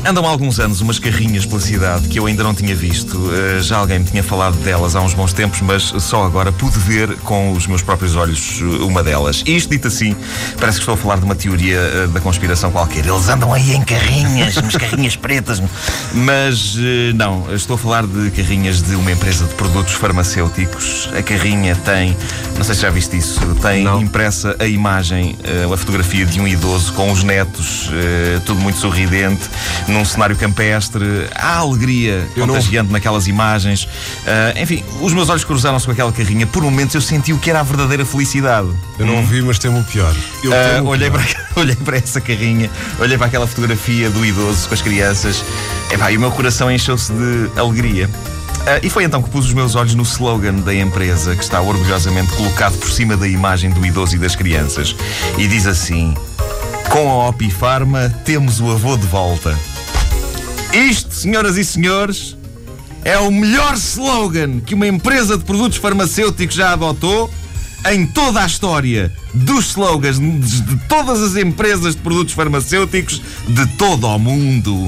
Andam há alguns anos umas carrinhas pela cidade que eu ainda não tinha visto. Já alguém me tinha falado delas há uns bons tempos, mas só agora pude ver com os meus próprios olhos uma delas. E isto dito assim, parece que estou a falar de uma teoria da conspiração qualquer. Eles andam aí em carrinhas, umas carrinhas pretas. Mas não, estou a falar de carrinhas de uma empresa de produtos farmacêuticos. A carrinha tem, não sei se já viste isso, tem impressa a imagem, a fotografia de um idoso com os netos, tudo muito sorridente, num cenário campestre. Há alegria contagiante naquelas imagens. Enfim, os meus olhos cruzaram-se com aquela carrinha. Por momentos eu senti o que era a verdadeira felicidade. Eu não vi, mas temo o pior. Olhei para essa carrinha, olhei para aquela fotografia do idoso com as crianças, e o meu coração encheu-se de alegria. E foi então que pus os meus olhos no slogan da empresa, que está orgulhosamente colocado por cima da imagem do idoso e das crianças. E diz assim: com a Opi Pharma temos o avô de volta. Isto, senhoras e senhores, é o melhor slogan que uma empresa de produtos farmacêuticos já adotou em toda a história dos slogans de todas as empresas de produtos farmacêuticos de todo o mundo.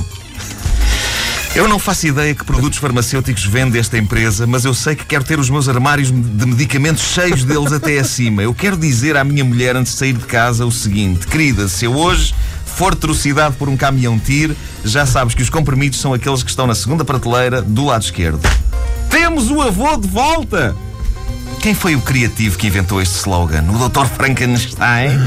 Eu não faço ideia que produtos farmacêuticos vende esta empresa, mas eu sei que quero ter os meus armários de medicamentos cheios deles até acima. Eu quero dizer à minha mulher antes de sair de casa o seguinte: querida, se eu hoje for trucidado por um caminhão-tiro, já sabes que os comprimidos são aqueles que estão na segunda prateleira do lado esquerdo. Temos o avô de volta! Quem foi o criativo que inventou este slogan? O Dr. Frankenstein?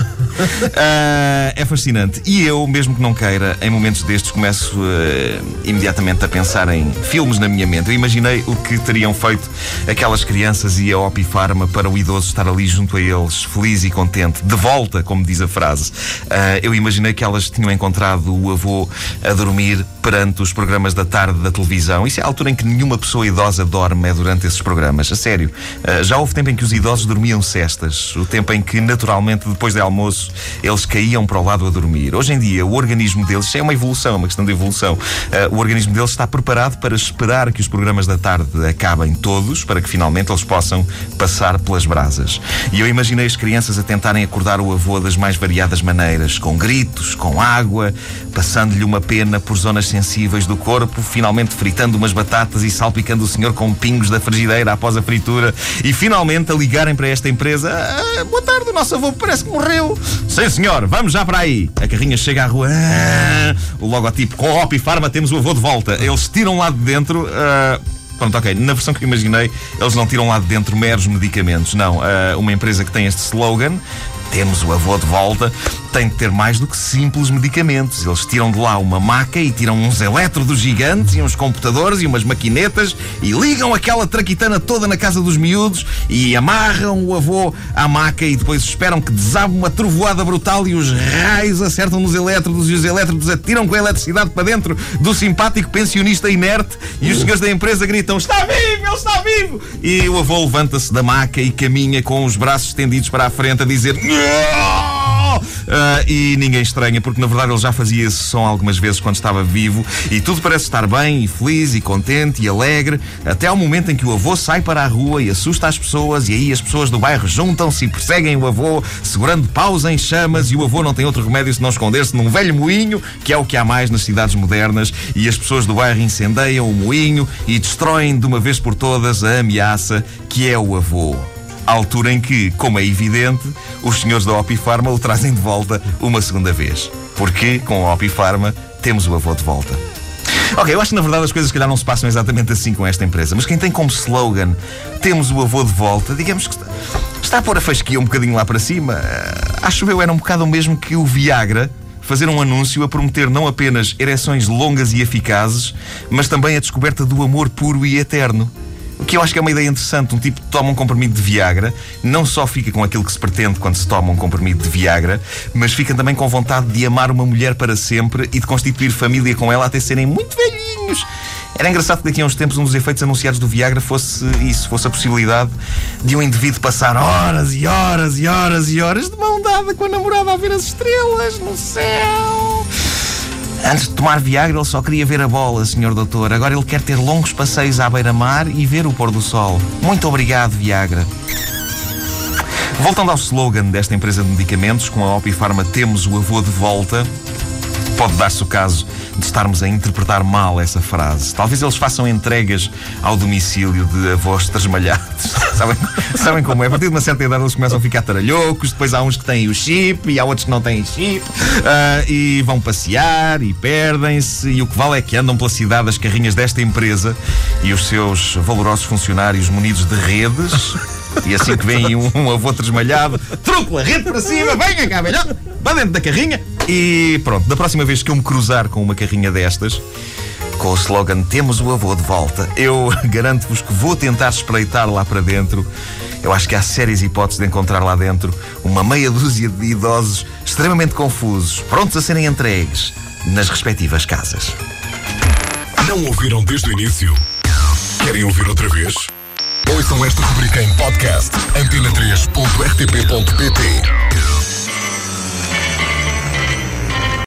É fascinante. E eu, mesmo que não queira, em momentos destes começo imediatamente a pensar em filmes na minha mente. Eu imaginei o que teriam feito aquelas crianças e a Opi Pharma para o idoso estar ali junto a eles, feliz e contente, de volta, como diz a frase. Eu imaginei que elas tinham encontrado o avô a dormir perante os programas da tarde da televisão. Isso é a altura em que nenhuma pessoa idosa dorme, é durante esses programas. A sério. Já houve tempo em que os idosos dormiam cestas, o tempo em que, naturalmente, depois de almoço, eles caíam para o lado a dormir. Hoje em dia, o organismo deles, isso é uma evolução, uma questão de evolução, o organismo deles está preparado para esperar que os programas da tarde acabem todos, para que finalmente eles possam passar pelas brasas. E eu imaginei as crianças a tentarem acordar o avô das mais variadas maneiras, com gritos, com água, passando-lhe uma pena por zonas sensíveis do corpo, finalmente fritando umas batatas e salpicando o senhor com pingos da frigideira após a fritura, e finalmente a ligarem para esta empresa: boa tarde, o nosso avô parece que morreu. Sim, senhor, vamos já para aí. A carrinha chega à rua, o logotipo: com a Opi Pharma temos o avô de volta. Eles tiram lá de dentro... Pronto, ok, na versão que eu imaginei, eles não tiram lá de dentro meros medicamentos. Não, uma empresa que tem este slogan, temos o avô de volta, tem de ter mais do que simples medicamentos. Eles tiram de lá uma maca e tiram uns elétrodos gigantes e uns computadores e umas maquinetas e ligam aquela traquitana toda na casa dos miúdos e amarram o avô à maca e depois esperam que desabe uma trovoada brutal e os raios acertam nos elétrodos e os elétrodos atiram com a eletricidade para dentro do simpático pensionista inerte e os senhores da empresa gritam: está vivo, ele está vivo! E o avô levanta-se da maca e caminha com os braços estendidos para a frente a dizer: e ninguém estranha, porque na verdade ele já fazia esse som algumas vezes quando estava vivo, e tudo parece estar bem e feliz e contente e alegre, até ao momento em que o avô sai para a rua e assusta as pessoas, e aí as pessoas do bairro juntam-se e perseguem o avô, segurando paus em chamas, e o avô não tem outro remédio senão esconder-se num velho moinho, que é o que há mais nas cidades modernas, e as pessoas do bairro incendeiam o moinho e destroem de uma vez por todas a ameaça que é o avô. À altura em que, como é evidente, os senhores da Opi Pharma o trazem de volta uma segunda vez. Porque, com a Opi Pharma, temos o avô de volta. Ok, eu acho que na verdade as coisas, se calhar, não se passam exatamente assim com esta empresa, mas quem tem como slogan temos o avô de volta, digamos que está a pôr a fasquia um bocadinho lá para cima. Acho eu era um bocado o mesmo que o Viagra fazer um anúncio a prometer não apenas ereções longas e eficazes, mas também a descoberta do amor puro e eterno. O que eu acho que é uma ideia interessante. Um tipo que toma um comprimido de Viagra não só fica com aquilo que se pretende quando se toma um comprimido de Viagra, mas fica também com vontade de amar uma mulher para sempre e de constituir família com ela até serem muito velhinhos. Era engraçado que daqui a uns tempos um dos efeitos anunciados do Viagra fosse isso, fosse a possibilidade de um indivíduo passar horas e horas e horas e horas de mão dada com a namorada a ver as estrelas no céu. Antes de tomar Viagra, ele só queria ver a bola, senhor doutor. Agora ele quer ter longos passeios à beira-mar e ver o pôr do sol. Muito obrigado, Viagra. Voltando ao slogan desta empresa de medicamentos, com a Opi Pharma temos o avô de volta. pode dar-se o caso de estarmos a interpretar mal essa frase. Talvez eles façam entregas ao domicílio de avós trasmalhados. Sabem como é? A partir de uma certa idade eles começam a ficar taralhocos, depois há uns que têm o chip e há outros que não têm chip, e vão passear e perdem-se, e o que vale é que andam pela cidade as carrinhas desta empresa e os seus valorosos funcionários munidos de redes. E assim que vem um avô trasmalhado, truco a rede para cima, venha cá, velho, vá dentro da carrinha. E pronto, da próxima vez que eu me cruzar com uma carrinha destas, com o slogan "Temos o avô de volta", eu garanto-vos que vou tentar espreitar lá para dentro. Eu acho que há sérias hipóteses de encontrar lá dentro uma meia dúzia de idosos extremamente confusos, prontos a serem entregues nas respectivas casas. Não ouviram desde o início? Querem ouvir outra vez? Ouçam esta rubrica em podcast antena3.rtp.pt.